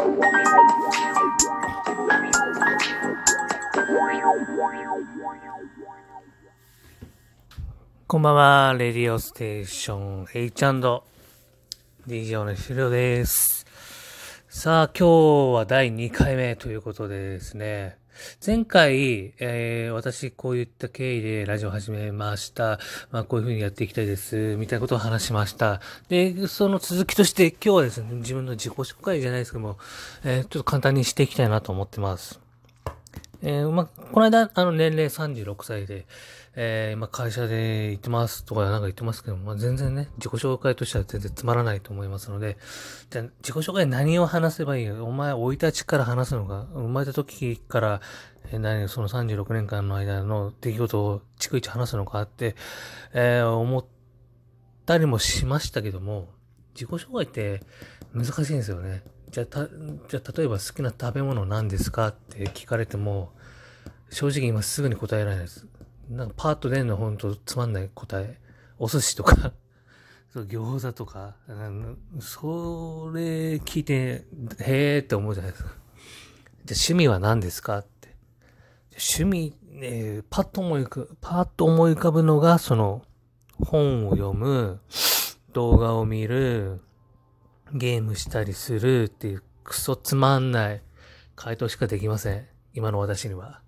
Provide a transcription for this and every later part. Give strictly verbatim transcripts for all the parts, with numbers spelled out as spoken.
こんばんは、レディオステーション H&ディージェー のしろです。さあ、今日はだいにかいめということでですね、前回、えー、私こういった経緯でラジオを始めました。まあこういう風にやっていきたいです。みたいなことを話しました。で、その続きとして今日はですね、自分の自己紹介じゃないですけども、えー、ちょっと簡単にしていきたいなと思ってます。えー、まあ、この間、あの、年齢さんじゅうろくさいで、えー、今会社で行ってますとかなんか言ってますけども、まあ、全然ね、自己紹介としては全然つまらないと思いますので、じゃあ自己紹介何を話せばいいよ。お前、生い立ちから話すのか、生まれた時から、えー、何、そのさんじゅうろくねんかんの間の出来事を逐一話すのかって、えー、思ったりもしましたけども、自己紹介って難しいんですよね。じゃあ、た、じゃあ、例えば好きな食べ物何ですかって聞かれても、正直今すぐに答えられないです。なんかパーッと出んのほんとつまんない答え。お寿司とかそう餃子とか、それ聞いて、へーって思うじゃないですか。じゃあ趣味は何ですかって。趣味、えー、パッと思い浮かぶ、パッと思い浮かぶのが、その、本を読む、動画を見る、ゲームしたりするっていうクソつまんない回答しかできません。今の私には。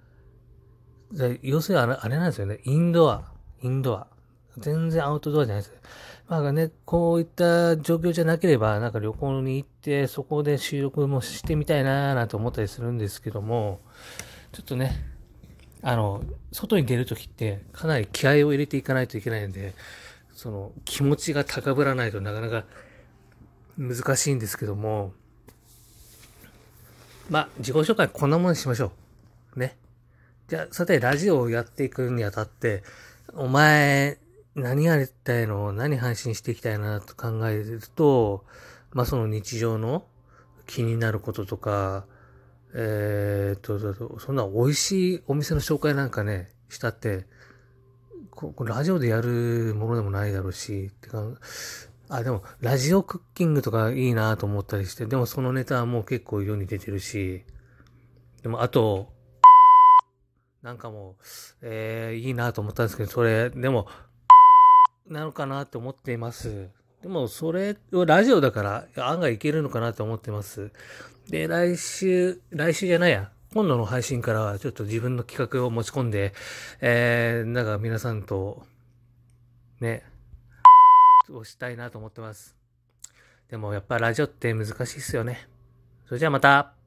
要するにあれ、あれなんですよね。インドア。インドア。全然アウトドアじゃないです。まあね、こういった状況じゃなければ、なんか旅行に行って、そこで収録もしてみたいなーなんて思ったりするんですけども、ちょっとね、あの、外に出るときってかなり気合を入れていかないといけないんで、その気持ちが高ぶらないとなかなか難しいんですけども、まあ、自己紹介こんなもんにしましょう。ね。じゃあ、さて、ラジオをやっていくにあたって、お前、何やりたいの何配信していきたいなと考えると、まあ、その日常の気になることとか、えーっと、そんな美味しいお店の紹介なんかね、したって、ここラジオでやるものでもないだろうし、ってか、あ、でも、ラジオクッキングとかいいなと思ったりして、でもそのネタはもう結構世に出てるし、でもあと、なんかもう、えー、いいなと思ったんですけど、それ、でも、なのかなと思っています。でも、それ、ラジオだから、案外いけるのかなと思ってます。で、来週、来週じゃないや。今度の配信からは、ちょっと自分の企画を持ち込んで、えー、なんか皆さんと、ね、をしたいなと思ってます。でも、やっぱラジオって難しいっすよね。それじゃあまた。